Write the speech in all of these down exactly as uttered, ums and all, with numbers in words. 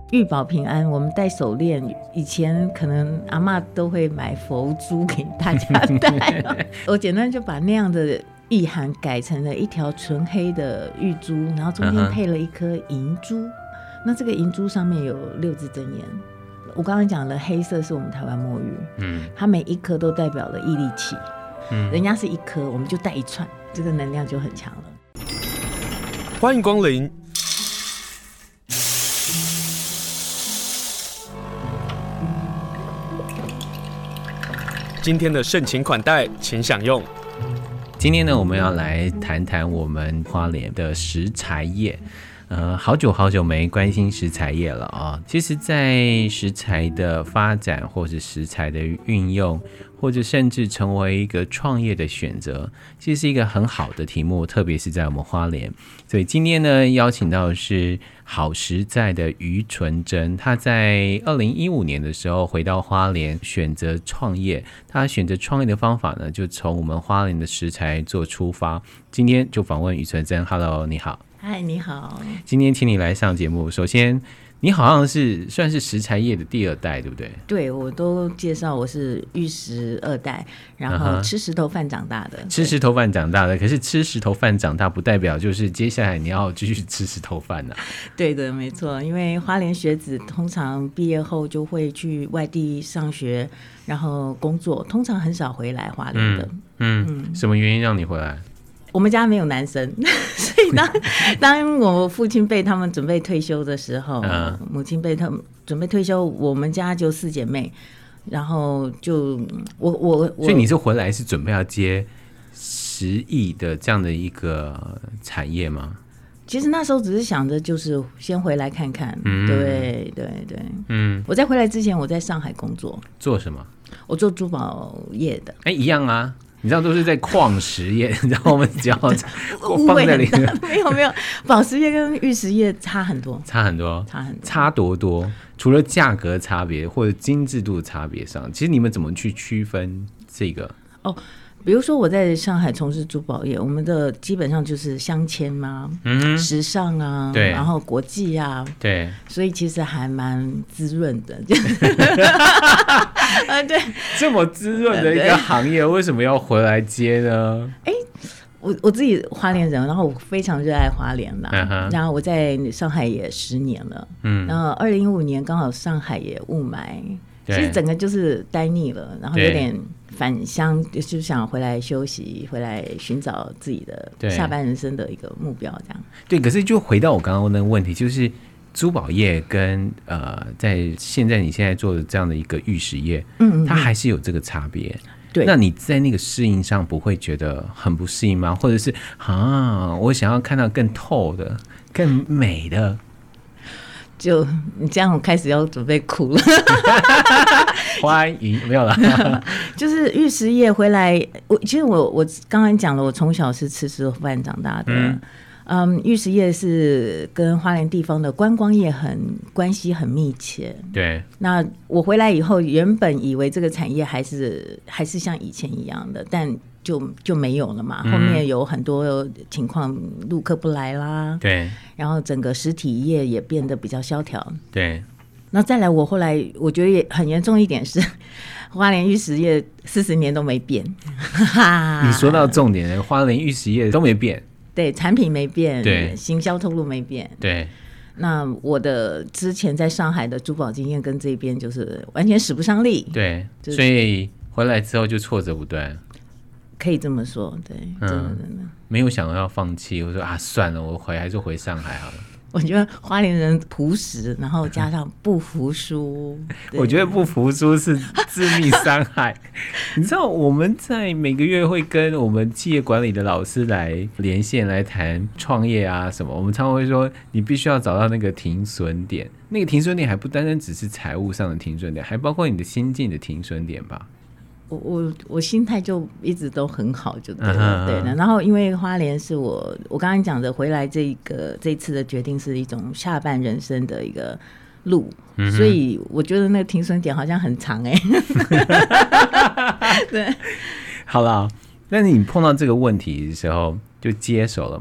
玉保平安，我们戴手链，以前可能阿嬷都会买佛珠给大家戴我简单就把那样的意涵改成了一条纯黑的玉珠，然后中间配了一颗银珠、uh-huh. 那这个银珠上面有六字真言。我刚刚讲了黑色是我们台湾墨玉、嗯、它每一颗都代表了毅力气、嗯、人家是一颗，我们就带一串，这个能量就很强了。 欢迎光临。今天的盛情款待请享用。 今天呢，我们要来谈谈我们花莲的食材业。呃，好久好久没关心食材业了啊。其实在食材的发展或者食材的运用，或者甚至成为一个创业的选择，其实是一个很好的题目，特别是在我们花莲。所以今天呢，邀请到的是好食在的于纯珍，他在二零一五年的时候回到花莲选择创业。他选择创业的方法呢，就从我们花莲的食材做出发。今天就访问于纯珍。 Hello， 你好。 嗨，你好。 今天请你来上节目，首先你好像是算是食材业的第二代，对不对？ 对，我都介绍我是玉石二代，然后吃石头饭长大的、uh-huh. 吃石头饭长大的。可是吃石头饭长大不代表就是接下来你要继续吃石头饭啊。 对的，没错，因为花莲学子通常毕业后就会去外地上学，然后工作，通常很少回来花莲的。 嗯, 嗯什么原因让你回来？ 我们家没有男生，所以当当我父亲辈他们准备退休的时候、嗯、母亲辈他们准备退休，我们家就四姐妹，然后就我我所以你是回来是准备要接食艺的这样的一个产业吗？ 其实那时候只是想着就是先回来看看、嗯、对对对，嗯，我在回来之前我在上海工作。 做什么？ 我做珠宝业的。 哎，一样啊，你知道都是在矿石业，然后我们只要放在里面。 没有没有，宝石业跟玉石业差很多， 差很多， 差很多， 差多多。除了价格差别或者精致度的差别上，其实你们怎么去区分这个？ 哦，比如说我在上海从事珠宝业，我们的基本上就是镶嵌嘛，嗯，时尚啊，对，然后国际啊，对，所以其实还蛮滋润的。啊，对， 这么滋润的一个行业，为什么要回来接呢？ 哎，我我自己花莲人，然后我非常热爱花莲啦、uh-huh. 然后我在上海也十年了，嗯，然后二零一五年刚好上海也雾霾，其实整个就是待腻了，然后有点返乡，就想回来休息，回来寻找自己的下半人生的一个目标，这样。 对，可是就回到我刚刚问的问题，就是珠宝业跟呃，在现在你现在做的这样的一个玉石业，嗯嗯，它还是有这个差别。对，那你在那个适应上不会觉得很不适应吗？或者是啊，我想要看到更透的、更美的？ 就你这样，我开始要准备哭了。 欢迎，没有啦。 就是玉石业回来，我其实我我刚才讲了，我从小是吃石头饭长大的。嗯嗯，玉石业是跟花莲地方的观光业很关系很密切。对，那我回来以后，原本以为这个产业还是还是像以前一样的，但就就没有了嘛。后面有很多情况，陆客不来啦，对，然后整个实体业也变得比较萧条。对，那再来，我后来我觉得也很严重一点是，花莲玉石业四十年都没变。 你说到重点了，花莲玉石业都没变。 对，产品没变，对，行销透路没变，对。那我的之前在上海的珠宝经验跟这边就是完全使不上力，对，就是、 所以回来之后就挫折不断， 可以这么说，对，真的真的没有想要放弃，我说啊，算了，我回还是回上海好了。 我觉得花莲人朴实，然后加上不服输。 我觉得不服输是致命伤害。你知道我们在每个月会跟我们企业管理的老师来连线来谈创业啊什么，我们常常会说你必须要找到那个停损点，那个停损点还不单单只是财务上的停损点，还包括你的心境的停损点吧。 我我我心态就一直都很好，就对了， uh-huh. 对的。然后因为花莲是我我刚刚讲的回来这个这一次的决定是一种下半人生的一个路，嗯、所以我觉得那个停损点好像很长哎、欸。对， 好了，那你碰到这个问题的时候就接手了嘛？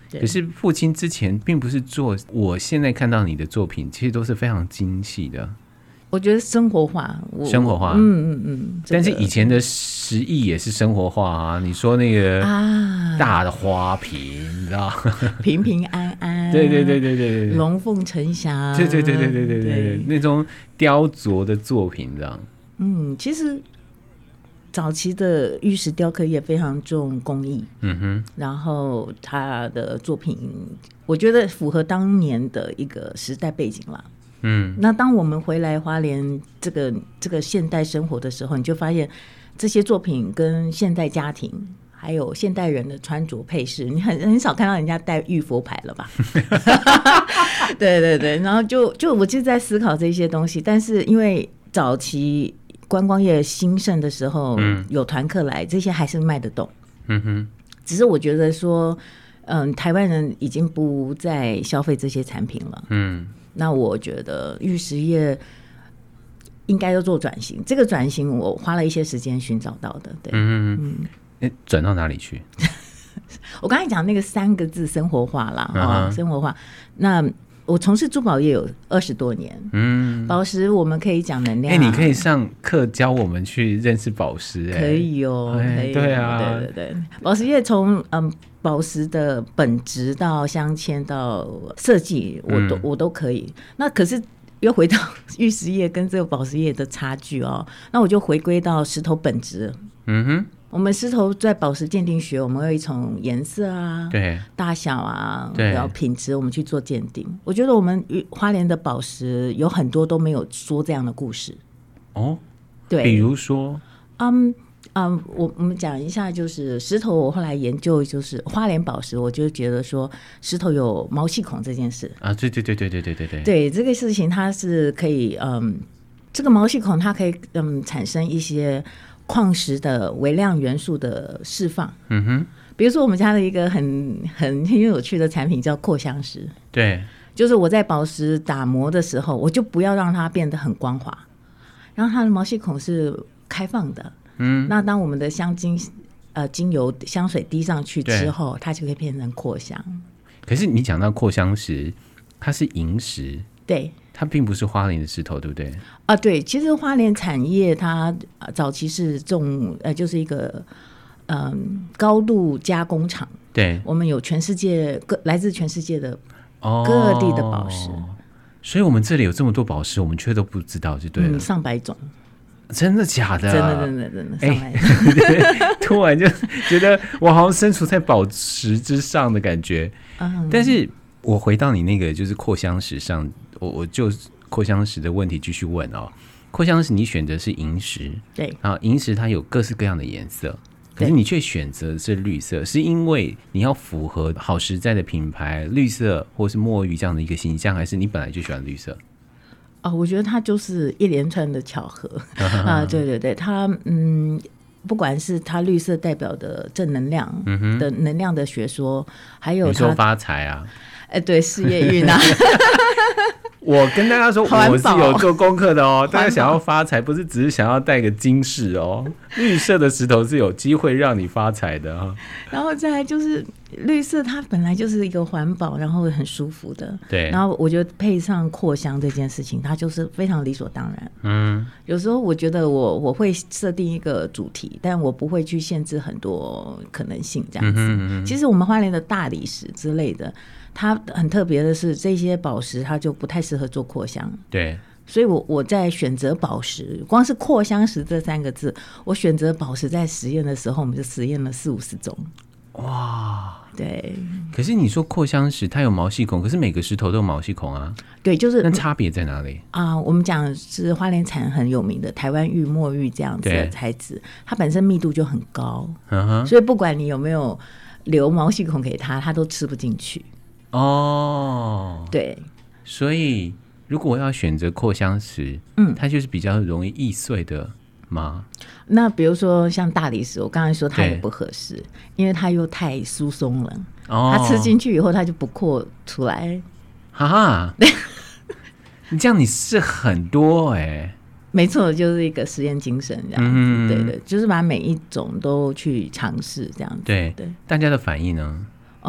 可是父亲之前并不是做我现在看到你的作品，其实都是非常精细的。 我觉得生活化， 生活化， 嗯嗯嗯。 但是以前的石艺也是生活化啊。你说那个大的花瓶，啊、你知道， 平平安安， 对对对对对对， 龙凤呈祥， 对对对对对对 对, 对，那种雕琢的作品，这样。 嗯，其实早期的玉石雕刻业非常重工艺，嗯哼，然后他的作品，我觉得符合当年的一个时代背景啦。嗯，那当我们回来花莲这个这个现代生活的时候，你就发现这些作品跟现代家庭还有现代人的穿着配饰，你很很少看到人家戴玉佛牌了吧？对对对，然后就就我就在思考这些东西，但是因为早期观光业兴盛的时候，嗯、有团客来，这些还是卖得动。嗯哼，只是我觉得说，嗯，台湾人已经不再消费这些产品了。嗯。那我觉得玉石业应该要做转型，这个转型我花了一些时间寻找到的。对，嗯嗯， 欸、转到哪里去？ 我刚才讲那个三个字生活化啦，啊、uh-huh. 哦，生活化。那我从事珠宝业有二十多年，嗯，宝石我们可以讲能量。哎、 欸，你可以上课教我们去认识宝石、欸， 可以哦，可以， 对啊， 对对对，宝石业从嗯。宝石的本质到镶嵌到设计，我都、嗯、我都可以。那可是又回到玉石业跟这个宝石业的差距哦。那我就回归到石头本质。嗯哼，我们石头在宝石鉴定学，我们会从颜色啊、对大小啊，然后品质，我们去做鉴定。我觉得我们花莲的宝石有很多都没有说这样的故事。哦，对， 比如说， 嗯。嗯，我我们讲一下，就是石头。我后来研究，就是花莲宝石，我就觉得说石头有毛细孔这件事啊，对对对对对对对对， 对这个事情它是可以，嗯，这个毛细孔它可以嗯产生一些矿石的微量元素的释放。嗯哼，比如说我们家的一个很很很有趣的产品叫扩香石，对，就是我在宝石打磨的时候，我就不要让它变得很光滑，然后它的毛细孔是开放的。嗯，那当我们的香精呃精油香水滴上去之后，它就可以变成扩香。 可是你讲到扩香石，它是银石， 对， 它并不是花莲的石头，对不对？ 啊，对，其实花莲产业它早期是种呃就是一个嗯、呃、高度加工厂，对，我们有全世界各来自全世界的各地的宝石、哦， 所以我们这里有这么多宝石，我们却都不知道，就对了，嗯、 上百种。 真的假的？ 真的真的真的，上来、 欸、突然就觉得我好像身处在宝石之上的感觉。嗯，但是我回到你那个就是扩香石上，我我就扩香石的问题继续问哦。扩香石你选择是银石，对，然后银石它有各式各样的颜色，可是你却选择的是绿色，是因为你要符合好实在的品牌绿色或是墨玉这样的一个形象，还是你本来就喜欢绿色？ 哦，我觉得它就是一连串的巧合啊！对对对，它嗯，不管是它绿色代表的正能量的能量的学说，嗯、还有你说发财啊， 哎，对，事业运啊。 我跟大家说，我是有做功课的哦。大家想要发财，不是只是想要带个金饰哦。绿色的石头是有机会让你发财的啊。 然后再来就是绿色，它本来就是一个环保，然后很舒服的。 对。 然后我觉得配上扩香这件事情，它就是非常理所当然。嗯。有时候我觉得我我会设定一个主题，但我不会去限制很多可能性这样子。嗯嗯嗯，其实我们花莲的大理石之类的。它很特别的是，这些宝石它就不太适合做扩香。对，所以我我在选择宝石，光是扩香石这三个字，我选择宝石在实验的时候，我们就实验了四五十种。哇，对。 可是你说扩香石它有毛细孔，可是每个石头都有毛细孔啊。 对，就是那差别在哪里啊？我们讲是花莲产很有名的台湾玉、墨玉这样子的材质，它本身密度就很高，嗯、所以不管你有没有留毛细孔给它，它都吃不进去。哦，对， 所以如果我要选择扩香石，嗯，它就是比较容易易碎的吗？ 那比如说像大理石，我刚才说它也不合适，因为它又太疏松了，哦，它吃进去以后它就不扩出来。哈哈， 你这样你试很多哎、欸， 没错，就是一个实验精神这样子，嗯、对对，就是把每一种都去尝试这样子。 对对，大家的反应呢？ 嗯。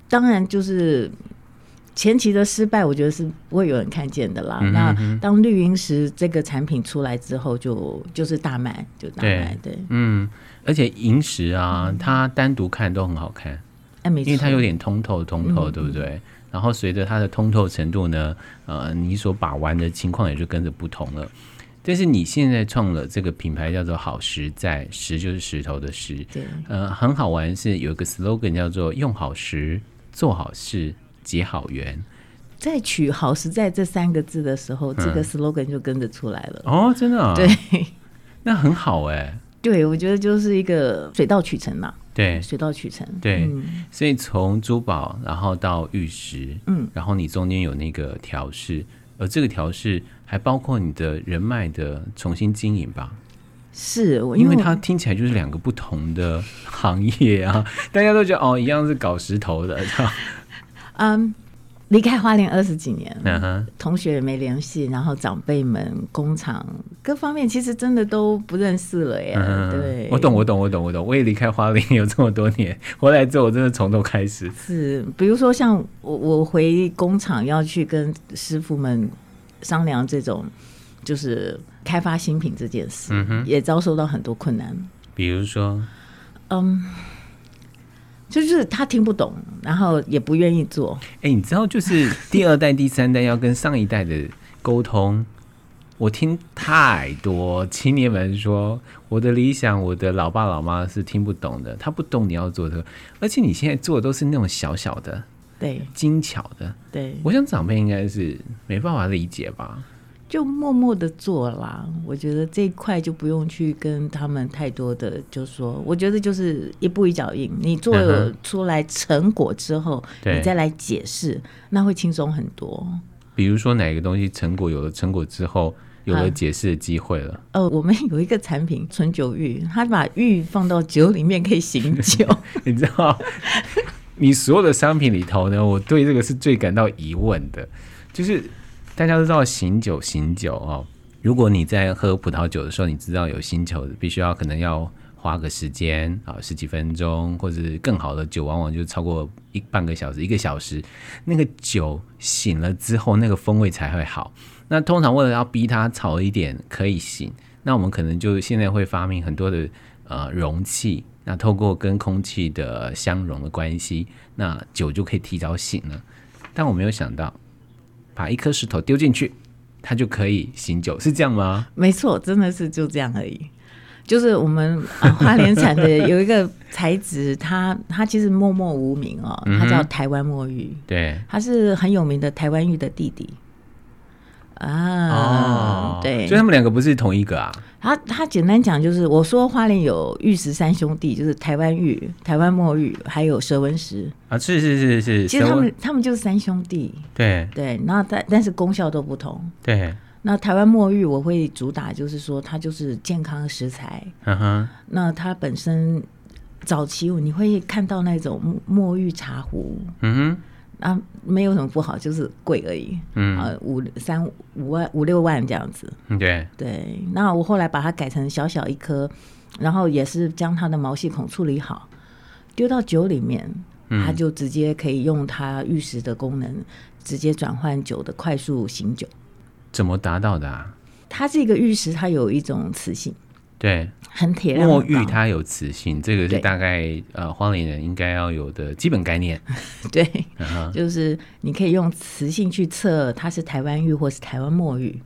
当然就是前期的失败我觉得是不会有人看见的啦、嗯、那当绿萤石这个产品出来之后就就是大卖就大卖 对, 对嗯，而且萤石啊、嗯、它单独看都很好看、哎、因为它有点通透通透、嗯、对不对？然后随着它的通透程度呢，呃，你所把玩的情况也就跟着不同了。但是你现在创了这个品牌叫做好石在，石就是石头的石， 对， 呃，很好玩是有一个 slogan 叫做用好石做好事结好缘。 在取好石在这三个字的时候、嗯、这个 slogan 就跟着出来了。 哦，真的啊？ 对， 那很好哎、欸。 对，我觉得就是一个水到渠成嘛。 对， 水到渠成。 对、 嗯， 所以从珠宝然后到玉石，嗯，然后你中间有那个调试，而这个调试还包括你的人脉的重新经营吧。 是， 因为它听起来就是两个不同的行业啊，大家都觉得哦，一样是搞石头的， 嗯，离开花莲二十几年、 uh-huh. 同学也没联系，然后长辈们工厂各方面其实真的都不认识了耶、uh-huh. 对， 我懂我懂我懂我懂，我也离开花莲有这么多年，回来之后我真的从头开始。 是，比如说像我我回工厂要去跟师傅们商量这种就是开发新品这件事、嗯、也遭受到很多困难。 比如说嗯，就是他听不懂，然后也不愿意做。 哎、欸，你知道就是第二代第三代要跟上一代的沟通我听太多青年们说我的理想我的老爸老妈是听不懂的，他不懂你要做的，而且你现在做的都是那种小小的对精巧的， 对， 我想长辈应该是没办法理解吧， 就默默的做啦。我觉得这一块就不用去跟他们太多的就说，我觉得就是一步一脚印，你做了出来成果之后、嗯、你再来解释，那会轻松很多。 比如说哪个东西成果有了成果之后有了解释的机会了、啊、 呃，我们有一个产品纯酒玉，它把玉放到酒里面可以醒酒你知道你所有的商品里头呢，我对这个是最感到疑问的，就是大家都知道醒酒醒酒哦，如果你在喝葡萄酒的时候你知道有醒酒必须要可能要花个时间啊，十几分钟，或者更好的酒往往就超过一半个小时一个小时，那个酒醒了之后那个风味才会好。那通常为了要逼它早一点可以醒，那我们可能就现在会发明很多的呃容器，那透过跟空气的相融的关系，那酒就可以提早醒了。但我没有想到把一颗石头丢进去它就可以醒酒，是这样吗？ 没错，真的是就这样而已。就是我们、啊、花莲产的有一个材质它它其实默默无名哦，它叫台湾墨玉、嗯、对，它是很有名的台湾玉的弟弟啊、哦，对， 所以他们两个不是同一个啊。 他他简单讲就是，我说花莲有玉石三兄弟，就是台湾玉、台湾墨玉，还有蛇纹石啊，是是是是， 其实他们他们就是三兄弟， 对对，然后但但是功效都不同， 对。 那台湾墨玉我会主打就是说它就是健康食材，嗯哼，那它本身早期你会看到那种墨玉茶壶，嗯哼。啊，没有什么不好，就是贵而已。嗯，啊，五三五万五六万这样子。 对对，那我后来把它改成小小一颗，然后也是将它的毛细孔处理好，丢到酒里面，嗯、它就直接可以用它玉石的功能，直接转换酒的快速醒酒。 怎么达到的啊？ 它这个玉石它有一种磁性。 对， 很铁亮。 墨玉它有磁性，这个是大概呃花莲人应该要有的基本概念。 对、uh-huh. 就是你可以用磁性去测它是台湾玉或是台湾墨玉。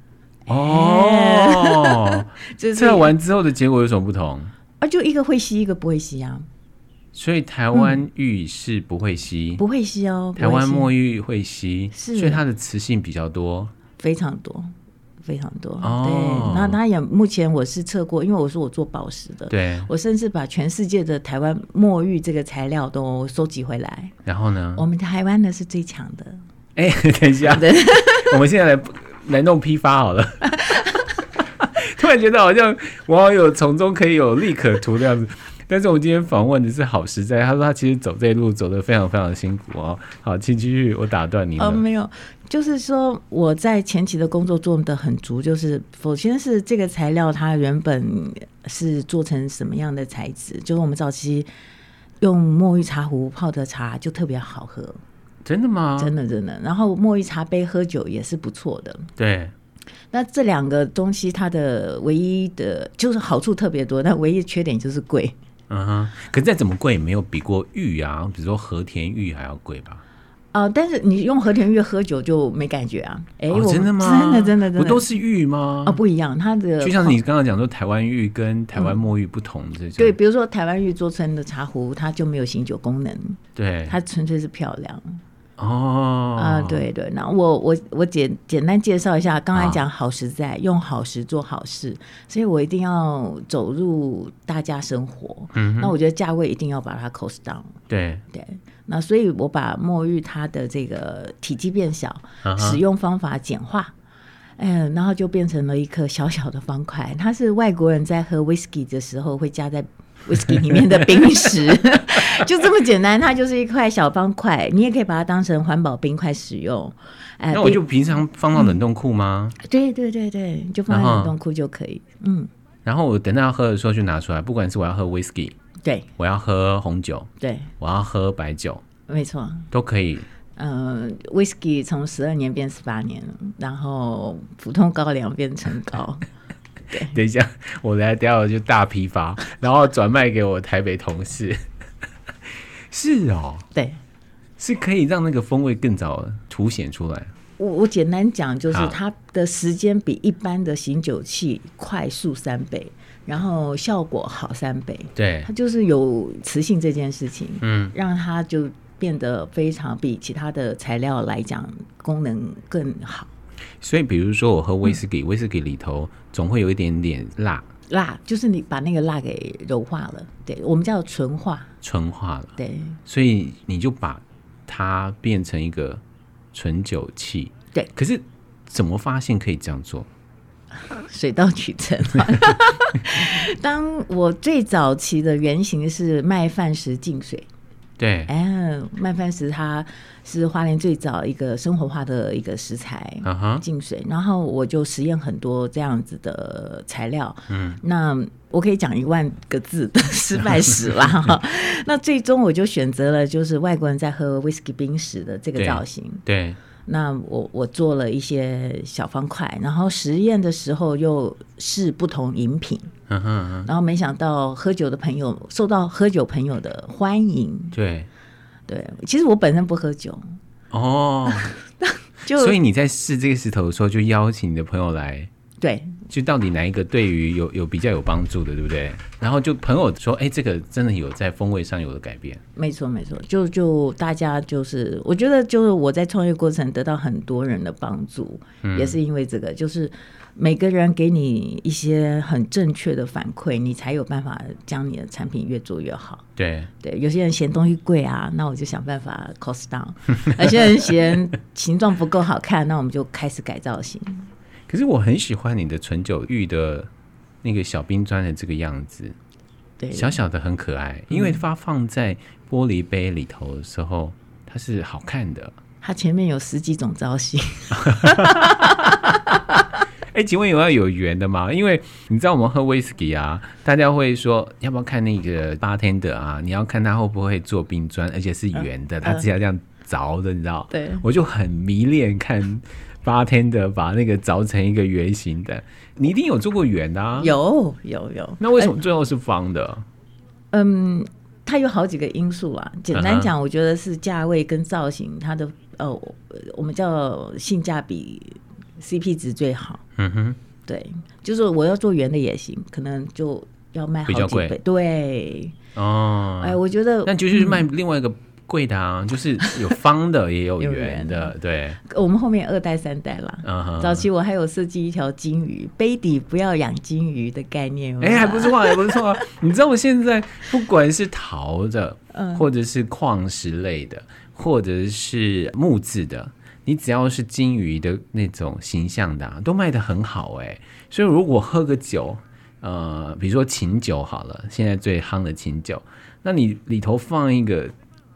哦，就是测完之后的结果有什么不同啊？就一个会吸，一个不会吸啊。 所以台湾玉是不会吸， 嗯、不会吸哦。 台湾墨玉会吸， 是， 所以它的磁性比较多， 非常多。非常多、哦、对，那它也目前我是测过，因为我说我做宝石的， 对， 我甚至把全世界的台湾墨玉这个材料都收集回来。 然后呢， 我们台湾的是最强的。 哎、欸，等一下，我们现在来来弄批发好了。突然觉得好像我好有从中可以有利可图这样子。但是我们今天访问的是好实在，他说他其实走这一路走得非常非常辛苦哦。好，请继续，我打断你了。 哦，没有，就是说我在前期的工作做得很足，就是首先是这个材料它原本是做成什么样的材质，就是我们早期用墨玉茶壶泡的茶就特别好喝。 真的吗？ 真的真的。然后墨玉茶杯喝酒也是不错的。 对。 那这两个东西它的唯一的就是好处特别多，但唯一的缺点就是贵。 嗯哼，可是再怎么贵也没有比过玉啊，比如说和田玉还要贵吧？ 呃，但是你用和田玉喝酒就没感觉啊。哎、 哦，真的吗？ 真的真的真的不都是玉吗？ 啊、哦，不一样，它的就像你刚刚讲说台湾玉跟台湾墨玉不同这种、嗯。 对，比如说台湾玉做成的茶壶，它就没有醒酒功能， 对， 它纯粹是漂亮。 哦， 啊、呃，对对，那我我我简简单介绍一下，刚才讲好实在，啊、用好实做好事，所以我一定要走入大家生活。嗯，那我觉得价位一定要把它 cost down。 对对，那所以我把墨玉它的这个体积变小，啊、使用方法简化。嗯，然后就变成了一颗小小的方块，它是外国人在喝 whisky 的时候会加在 whisky 里面的冰石就这么简单，它就是一块小方块，你也可以把它当成环保冰块使用。 那我就平常放到冷冻库吗？ 嗯、对对对对，就放在冷冻库就可以。嗯，然后我等到要喝的时候就拿出来，不管是我要喝 whisky， 对， 我要喝红酒， 对，我要喝白酒， 没错， 都可以。 呃 whisky 从十二年变十八年，然后普通高粱变成高。对， 等一下，我来等一下我就大批发，然后转卖给我台北同事。是哦， 对， 是可以让那个风味更早凸显出来。 我我简单讲，就是它的时间比一般的醒酒器快速三倍，然后效果好三倍。 对， 它就是有磁性这件事情， 嗯， 让它就变得非常比其他的材料来讲功能更好。 所以比如说我喝威士忌，威士忌里头总会有一点点辣， 辣就是你把那个辣给柔化了，对，我们叫纯化， 纯化了， 对， 所以你就把它变成一个纯酒器， 对。 可是怎么发现可以这样做？ 水到渠成当我最早期的原型是麦饭石净水， 对， 哎，麦饭石它是花莲最早一个生活化的一个食材，净、uh-huh. 水。然后我就实验很多这样子的材料，嗯，那我可以讲一万个字的失败史啦。那最终我就选择了就是外国人在喝 whisky 冰石的这个造型， 对。对， 那我我做了一些小方块，然后实验的时候又试不同饮品，嗯哼嗯，然后没想到喝酒的朋友受到喝酒朋友的欢迎。 对对，其实我本身不喝酒哦，就所以你在试这个石头的时候就邀请你的朋友来， 对， 就到底哪一个对于有有比较有帮助的，对不对？然后就朋友说，哎，这个真的有在风味上有的改变。没错没错，就就大家就是我觉得就是我在创业过程得到很多人的帮助，嗯，也是因为这个，就是每个人给你一些很正确的反馈，你才有办法将你的产品越做越好。 对对，有些人嫌东西贵啊，那我就想办法 cost down 有些人嫌形状不够好看，那我们就开始改造型。 可是我很喜欢你的纯酒玉的那个小冰砖的这个样子，对，小小的很可爱，因为它放在玻璃杯里头的时候，它是好看的。 它前面有十几种造型。 哎、欸，请问有要有圆的吗？因为你知道我们喝 whisky 啊，大家会说要不要看那个 bartender 啊？你要看他会不会做冰砖，而且是圆的，他、呃、只要这样凿的，你知道？对，我就很迷恋看 bartender 把那个凿成一个圆形的。你一定有做过圆的啊？ 有有有。 那为什么最后是方的？ 嗯，它有好几个因素啦。简单讲，我觉得是价位跟造型，它的呃，我们叫性价比。C P 值最好，嗯哼，对，就是我要做圆的也行，可能就要卖好几倍，对，哦，哎，我觉得， 那就是卖另外一个贵的啊，嗯、就是有方的也有圆的，对， 我们后面二代三代啦，嗯、早期我还有设计一条金鱼，杯底不要养金鱼的概念， 哎、欸，还不错，还不错，你知道我现在不管是陶的，嗯，或者是矿石类的，或者是木质的。你只要是金鱼的那种形象的、啊、都卖得很好哎、欸，所以如果喝个酒，呃，比如说琴酒好了，现在最夯的琴酒，那你里头放一个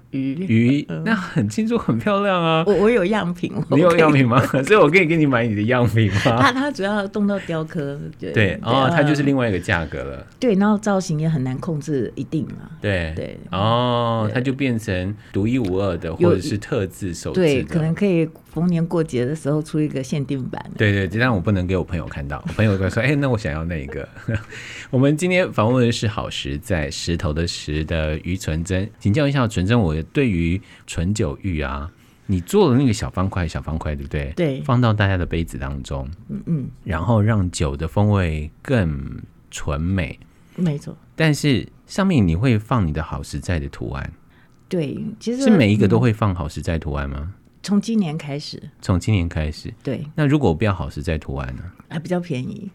鱼鱼、嗯、那很清楚很漂亮啊。 我我有样品， 你有样品吗？所以我可以给你买你的样品吗？ 它它主要动到雕刻，对对哦，它就是另外一个价格了。 对，然后造型也很难控制，一定嘛。 对对哦，它就变成独一无二的，或者是特制手制的。 对，可能可以逢年过节的时候出一个限定版。 对对，这样我不能给我朋友看到，我朋友会说：“哎、欸，那我想要那个。”我们今天访问的是好时在石头的石的于纯真，请教一下纯真，我对于纯酒玉啊，你做了那个小方块，小方块对不对？ 对， 放到大家的杯子当中， 嗯嗯， 然后让酒的风味更纯美， 没错。 但是上面你会放你的好时在的图案， 对，其实是每一个都会放好时在图案吗？ 从、嗯、今年开始， 从今年开始， 对。 那如果我不要好时在图案呢？ 还比较便宜，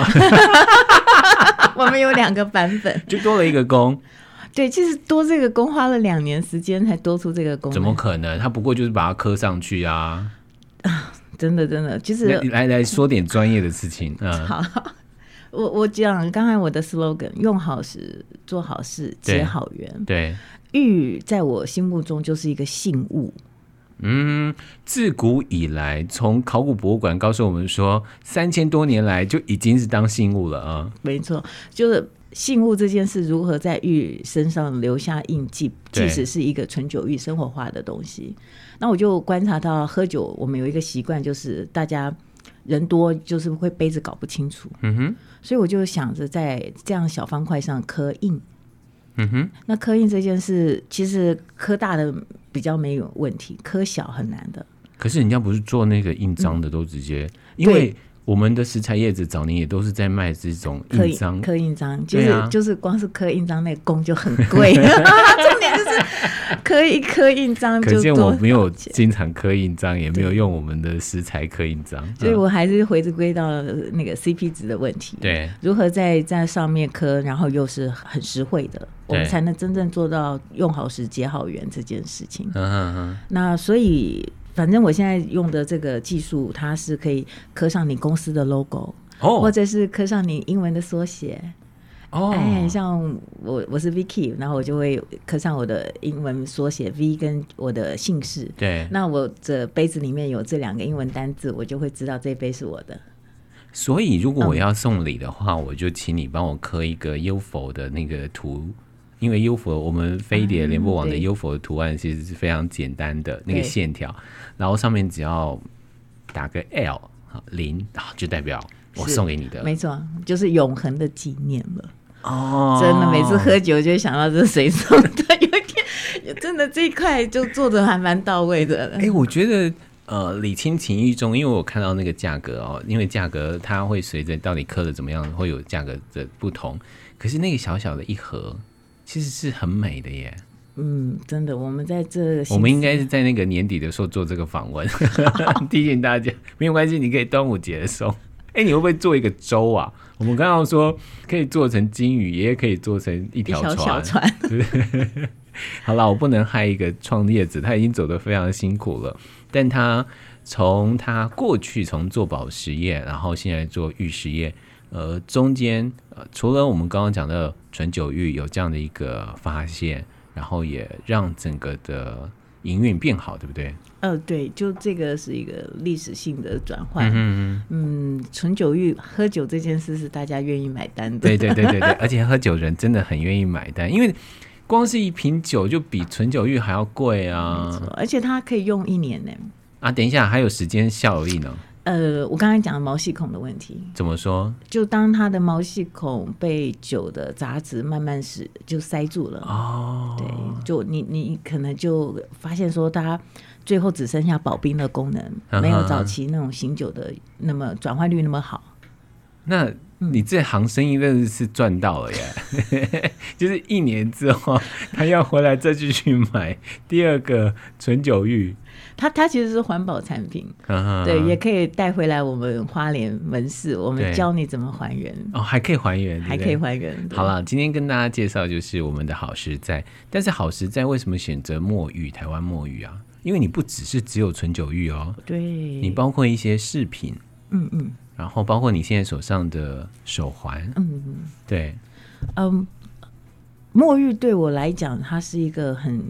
我们有两个版本， 就多了一个工。 对，其实多这个工花了两年时间才多出这个工。 怎么可能？他不过就是把它刻上去啊！ 真的真的，就是来来说点专业的事情。嗯， 好，我我讲刚才我的 slogan， 用好时做好事，结好缘。 对， 玉在我心目中就是一个信物。 嗯，自古以来，从考古博物馆告诉我们说，三千多年来就已经是当信物了啊。 没错，就是信物这件事如何在玉身上留下印记，即使是一个纯酒玉生活化的东西。那我就观察到喝酒，我们有一个习惯，就是大家人多，就是会杯子搞不清楚。嗯哼，所以我就想着在这样小方块上刻印。嗯哼，那刻印这件事，其实刻大的比较没有问题，刻小很难的。 可是人家不是做那个印章的，都直接、嗯、因为我们的食材叶子早年也都是在卖这种印章， 刻印章就是、 啊、 就是光是刻印章那个工就很贵，重点就是刻一刻印章就多少钱。 可见我没有经常刻印章，也没有用我们的食材刻印章， 所以我还是回归到那个 C P 值的问题。 对， 如何在在上面刻，然后又是很实惠的，我们才能真正做到用好时结好缘这件事情。嗯哼哼，那所以。反正我现在用的这个技术，它是可以刻上你公司的 logo，、哦、或者是刻上你英文的缩写。哦，哎，像我我是 Vicky， 然后我就会刻上我的英文缩写 V 跟我的姓氏。 对， 那我这杯子里面有这两个英文单字，我就会知道这杯是我的。 所以如果我要送礼的话、嗯、我就请你帮我刻一个 U F O 的那个图。因为 U F O 我们飞碟联播网的 U F O 的图案其实是非常简单的那个线条，然后上面只要打个 L 零就代表我送给你的。 没错，就是永恒的纪念了。哦，真的每次喝酒就会想到这是谁送的，有一天真的这一块就做的还蛮到位的。 哎、欸，我觉得呃礼轻情意重，因为我看到那个价格哦，因为价格它会随着到底刻的怎么样会有价格的不同，可是那个小小的一盒其实是很美的耶。 嗯，真的，我们在这我们应该是在那个年底的时候做这个访问，提醒大家没有关系，你可以端午节送。哎、欸，你会不会做一个粥啊？我们刚刚说可以做成金鱼，也可以做成一条船， 一条小船。 好啦，我不能害一个创业者，他已经走得非常辛苦了，但他从他过去从做宝石业，然后现在做玉石业。呃，中间呃，除了我们刚刚讲的纯酒玉有这样的一个发现，然后也让整个的营运变好，对不对？ 呃，对，就这个是一个历史性的转换。嗯嗯，纯酒玉喝酒这件事是大家愿意买单的。 对对对对对，而且喝酒人真的很愿意买单，因为光是一瓶酒就比纯酒玉还要贵啊。 没错，而且它可以用一年呢。 啊，等一下，还有时间效力呢。 呃，我刚才讲的毛细孔的问题， 怎么说？ 就当它的毛细孔被酒的杂质慢慢使就塞住了，哦，对，就你你可能就发现说，它最后只剩下保冰的功能，嗯、没有早期那种醒酒的那么转换率那么好。 那你这行生意真的是赚到了耶！就是一年之后，他要回来再继续买第二个纯酒玉。 它它其实是环保产品，嗯、对，也可以带回来我们花莲门市，我们教你怎么还原。 哦，还可以还原， 还可以还原。 好了，今天跟大家介绍就是我们的好时在，但是好时在为什么选择墨玉？台湾墨玉啊，因为你不只是只有纯酒玉哦， 对， 你包括一些饰品，嗯嗯，然后包括你现在手上的手环，嗯嗯，对， 嗯，墨玉对我来讲，它是一个很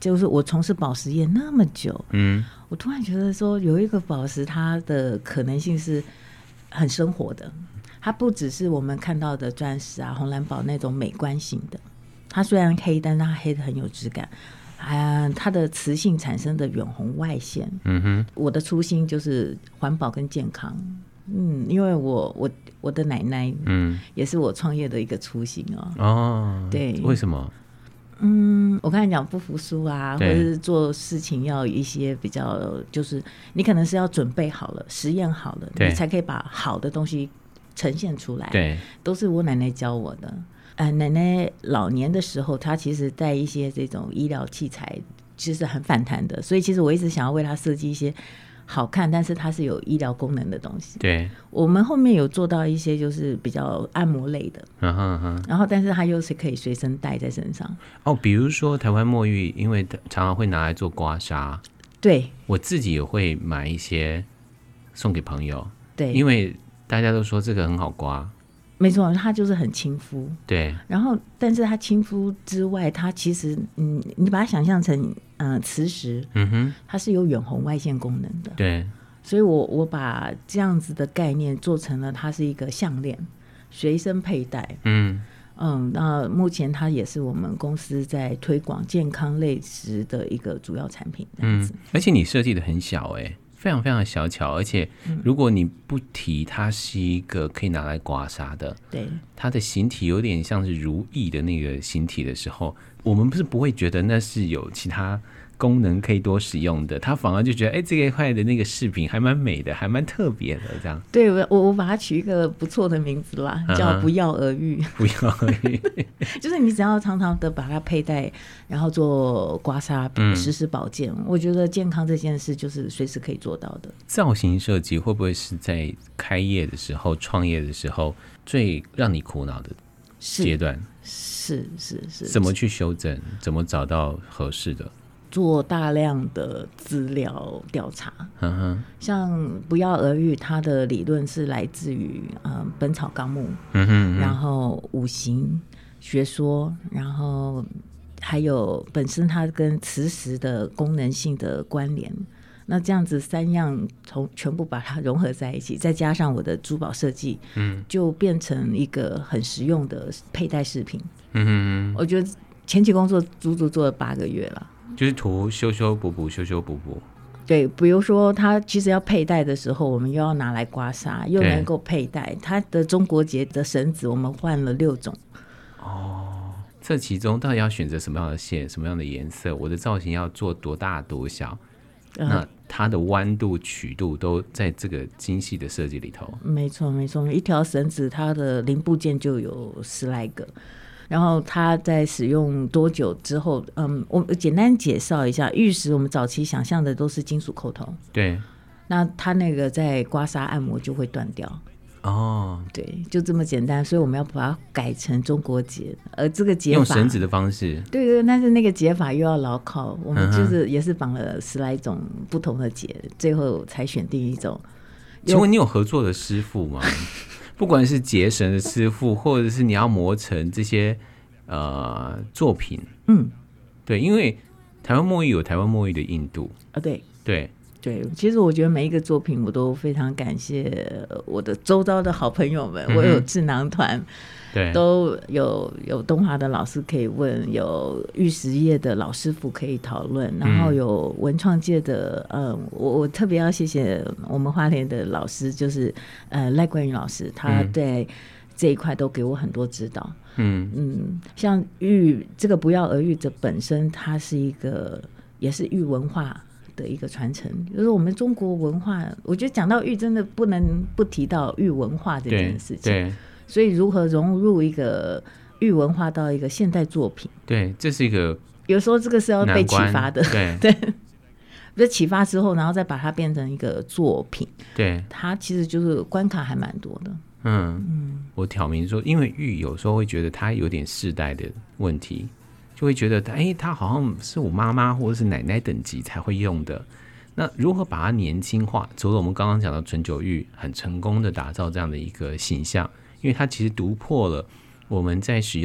就是我从事宝石业那么久， 嗯， 我突然觉得说有一个宝石它的可能性是很生活的，它不只是我们看到的钻石啊红蓝宝那种美观性的，它虽然黑但是它黑的很有质感啊，它的磁性产生的远红外线。 嗯哼， 我的初心就是环保跟健康。嗯，因为我我我的奶奶，嗯，也是我创业的一个初心哦。哦，对， 为什么？ 嗯，我刚才讲不服输啊，或者是做事情要有一些比较，就是你可能是要准备好了，实验好了，你才可以把好的东西呈现出来。对，都是我奶奶教我的。呃，奶奶老年的时候，她其实带一些这种医疗器材，其实很反弹的，所以其实我一直想要为她设计一些好看，但是它是有医疗功能的东西。对，我们后面有做到一些就是比较按摩类的，嗯哼哼，然后但是它又是可以随身带在身上。 哦，比如说台湾墨玉，因为常常会拿来做刮痧，对，我自己也会买一些送给朋友，对，因为大家都说这个很好刮。 没错，它就是很亲肤。对，然后但是它亲肤之外，它其实嗯，你把它想象成呃磁石，嗯哼，它是有远红外线功能的。对，所以我我把这样子的概念做成了，它是一个项链，随身佩戴。嗯嗯，那目前它也是我们公司在推广健康类食的一个主要产品。这样子， 嗯，而且你设计的很小哎、欸。非常非常小巧，而且如果你不提它是一个可以拿来刮痧的，对，它的形体有点像是如意的那个形体的时候，我们不是不会觉得那是有其他功能可以多使用的，他反而就觉得哎、欸，这一块的那个饰品还蛮美的，还蛮特别的这样。 对，我我把它取一个不错的名字啦，叫不药而愈。 不药而愈， 就是你只要常常的把它佩戴，然后做刮痧、实时保健、嗯。我觉得健康这件事就是随时可以做到的。 造型设计会不会是在开业的时候、创业的时候最让你苦恼的阶段？ 是是 是, 是。 怎么去修正？怎么找到合适的？ 做大量的资料调查，嗯哼，像不药而愈，它的理论是来自于呃《本草纲目》，嗯哼，然后五行学说，然后还有本身它跟磁石的功能性的关联。那这样子三样从全部把它融合在一起，再加上我的珠宝设计，嗯，就变成一个很实用的佩戴饰品。嗯哼，我觉得前期工作足足做了八个月了。 就是图修修补补修修补补。 对，比如说它其实要佩戴的时候，我们又要拿来刮痧，又能够佩戴它的中国结的绳子，我们换了六种。 哦，这其中到底要选择什么样的线，什么样的颜色，我的造型要做多大多小，嗯、那它的弯度曲度都在这个精细的设计里头。 没错没错，一条绳子它的零部件就有十来个，然后它在使用多久之后，嗯，我简单介绍一下，玉石我们早期想象的都是金属扣头，对，那它那个在刮痧按摩就会断掉。哦，对，就这么简单，所以我们要把它改成中国结，而这个结法用绳子的方式， 对对，但是那个结法又要牢靠，我们就是也是绑了十来种不同的结，最后才选定一种。 请问你有合作的师傅吗？不管是结绳的师傅，或者是你要磨成这些呃作品，嗯，对，因为台湾墨玉有台湾墨玉的硬度啊，对对对，其实我觉得每一个作品我都非常感谢我的周遭的好朋友们，嗯、我有智囊团。对，都有有东华的老师可以问，有玉石业的老师傅可以讨论，然后有文创界的，呃，我我特别要谢谢我们花莲的老师，就是呃赖冠宇老师，他在这一块都给我很多指导。嗯嗯，像玉这个不药而愈的本身，它是一个也是玉文化的一个传承，就是我们中国文化，我觉得讲到玉真的不能不提到玉文化这件事情。对。对，所以如何融入一个玉文化到一个现代作品， 对，这是一个有时候这个是要被启发的，对对，被启发之后，然后再把它变成一个作品，对，它其实就是关卡还蛮多的。 嗯嗯，我挑明说，因为玉有时候会觉得它有点世代的问题，就会觉得哎，它好像是我妈妈或者是奶奶等级才会用的。那如何把它年轻化？除了我们刚刚讲到纯酒玉很成功的打造这样的一个形象，因为它其实突破了我们在使用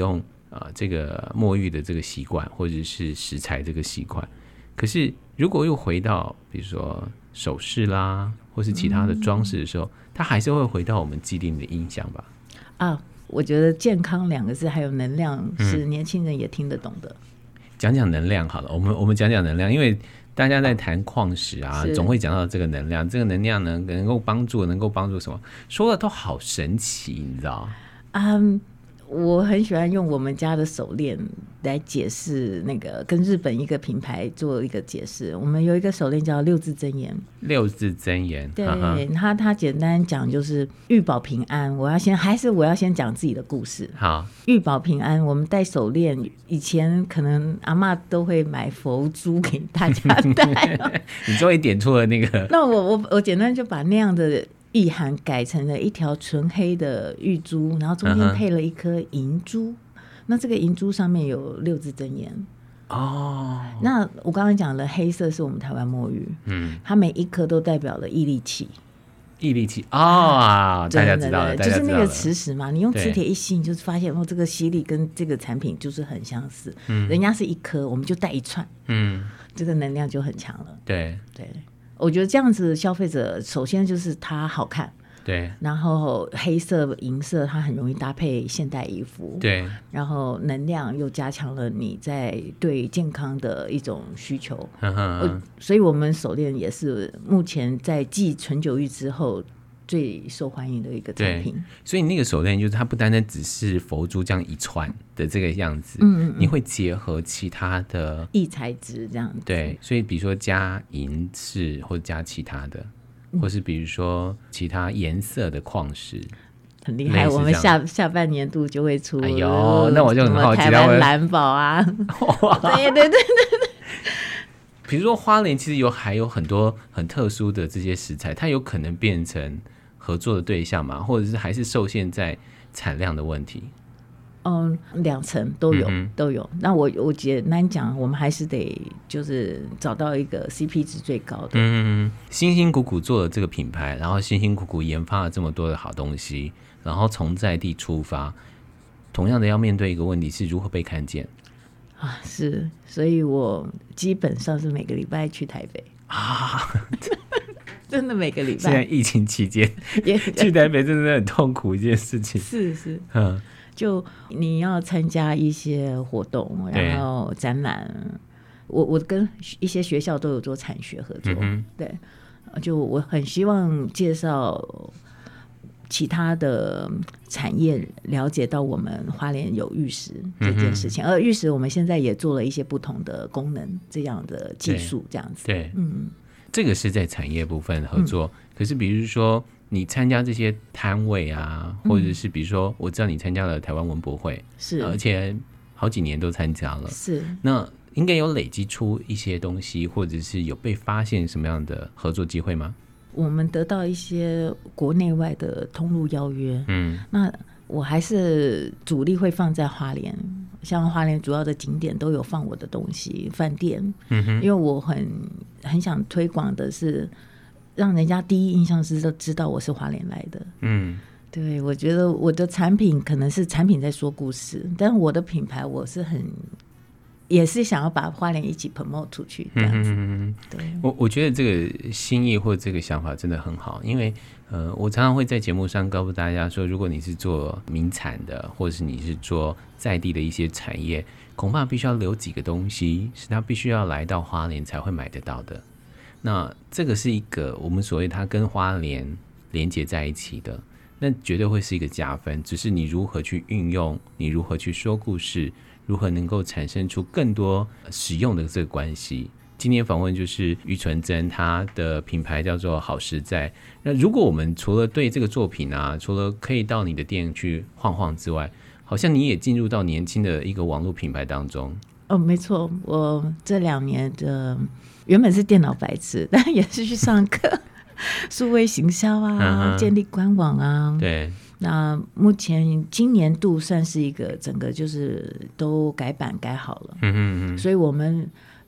呃这个沐浴的这个习惯，或者是食材这个习惯。可是如果又回到比如说首饰啦，或是其他的装饰的时候，嗯、它还是会回到我们既定的印象吧。 啊，我觉得健康两个字还有能量是年轻人也听得懂的。 嗯、讲讲能量好了，我们我们讲讲能量，因为大家在谈矿石啊，总会讲到这个能量，这个能量呢能够帮助，能够帮助什么？说的都好神奇，你知道？ 嗯，我很喜欢用我们家的手链来解释那个跟日本一个品牌做一个解释。我们有一个手链叫六字真言， 六字真言， 对，它它简单讲就是欲保平安。我要先还是我要先讲自己的故事。 好， 欲保平安，我们戴手链，以前可能阿嬷都会买佛珠给大家戴。 你终于点出了那个， 那我我我简单就把那样的意涵改成了一条纯黑的玉珠，然后中间配了一颗银珠、uh-huh. 那这个银珠上面有六字真言哦。 oh. 那我刚刚讲了黑色是我们台湾墨玉，嗯，它每一颗都代表了毅力气。 毅力气哦，大家知道了， 就是那个磁石嘛，你用磁铁一吸，你就发现哦，这个吸力跟这个产品就是很相似。嗯，人家是一颗，我们就带一串，嗯，这个能量就很强了。 对对。我觉得这样子消费者首先就是它好看， 对， 然后黑色银色它很容易搭配现代衣服， 对， 然后能量又加强了你在对健康的一种需求。呵呵，所以我们手链也是目前在继纯酒玉之后最受欢迎的一个产品。 所以那个手链就是它不单单只是佛珠这样一串的这个样子，嗯嗯嗯，你会结合其他的异材质这样子。 对，所以比如说加银饰或者加其他的、嗯、或是比如说其他颜色的矿石， 很厉害。我们下下半年度就会出， 哎呦，那我就很好奇， 台湾蓝宝啊，对对对对。 比如说花莲其实有还有很多很特殊的这些食材，它有可能变成合作的对象嘛，或者是还是受限在产量的问题？ 嗯，两层都有、嗯、都有。那我我简单讲，我们还是得就是找到一个 C P 值最高的。 嗯，辛辛苦苦做了这个品牌，然后辛辛苦苦研发了这么多的好东西，然后从在地出发，同样的要面对一个问题是如何被看见啊。是，所以我基本上是每个礼拜去台北啊。 真的每个礼拜， 现在疫情期间去台北真的很痛苦一件事情。 是是，嗯，就你要参加一些活动，然后展览，我我跟一些学校都有做产学合作、嗯、对，就我很希望介绍其他的产业了解到我们花莲有玉石这件事情、嗯、而玉石我们现在也做了一些不同的功能这样的技术这样子。 对，嗯，这个是在产业部分合作、嗯、可是比如说你参加这些摊位啊，或者是比如说我知道你参加了台湾文博会，是、呃、而且好几年都参加了， 是， 那应该有累积出一些东西，或者是有被发现什么样的合作机会吗？ 我们得到一些国内外的通路邀约，嗯，那我还是主力会放在花莲，像花莲主要的景点都有放我的东西，饭店，嗯哼，因为我很很想推广的是让人家第一印象是知道我是花莲来的，嗯，对，我觉得我的产品可能是产品在说故事，但是我的品牌我是很也是想要把花莲一起 promote 出去这样子。嗯、对， 我我觉得这个心意或这个想法真的很好，因为呃，我常常会在节目上告诉大家说，如果你是做名产的，或者是你是做在地的一些产业，恐怕必须要留几个东西是他必须要来到花莲才会买得到的。那这个是一个我们所谓它跟花莲连接在一起的，那绝对会是一个加分，只是你如何去运用，你如何去说故事，如何能够产生出更多使用的这个关系。今天访问就是于纯真，她的品牌叫做好实在。那如果我们除了对这个作品啊，除了可以到你的店去晃晃之外，好像你也进入到年轻的一个网络品牌当中。 哦，没错，我这两年的原本是电脑白痴，但也是去上课数位行销啊、建立官网啊。 对， 那目前今年度算是一个整个就是都改版改好了，嗯嗯嗯，所以我们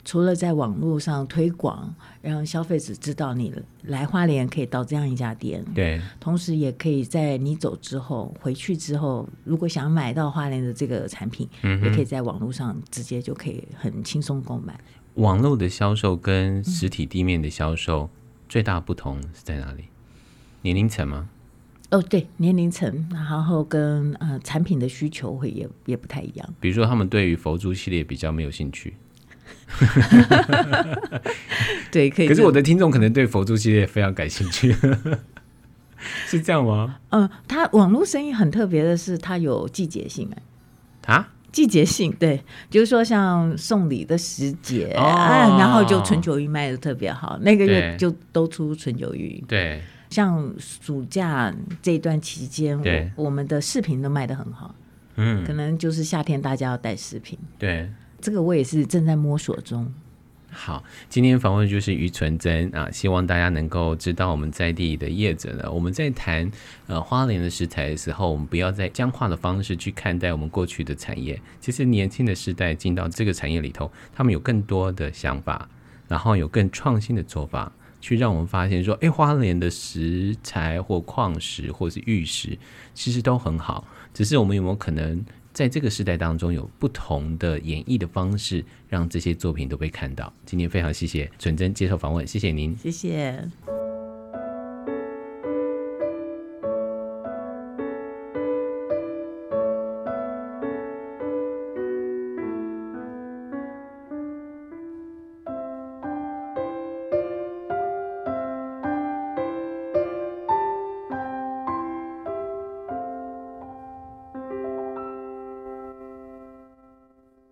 除了在网络上推广，让消费者知道你来花莲可以到这样一家店， 对， 同时也可以在你走之后回去之后，如果想买到花莲的这个产品、嗯、也可以在网络上直接就可以很轻松购买。 网络的销售跟实体地面的销售、嗯、最大不同是在哪里？年龄层吗？ 哦，对，年龄层，然后跟、呃、产品的需求会 也, 也不太一样。比如说他们对于佛珠系列比较没有兴趣对，可以。 可是我的听众可能对佛珠系列非常感兴趣是这样吗？ 嗯，它网络生意很特别的是它有季节性啊， 季节性，对，就是说像送礼的时节、哦啊、然后就纯酒鱼卖的特别好，那个月就都出纯酒鱼。 对， 像暑假这一段期间，我, 我们的饰品都卖得很好，嗯，可能就是夏天大家要带饰品。 对， 这个我也是正在摸索中。 好，今天访问就是于纯真啊，希望大家能够知道我们在地的业者呢，我们在谈呃花莲的食材的时候，我们不要再僵化的方式去看待我们过去的产业。其实年轻的世代进到这个产业里头，他们有更多的想法，然后有更创新的做法，去让我们发现说，哎，花莲的食材或矿石或是玉石其实都很好，只是我们有没有可能在这个时代当中有不同的演绎的方式，让这些作品都被看到。今天非常谢谢纯真接受访问，谢谢您， 谢谢。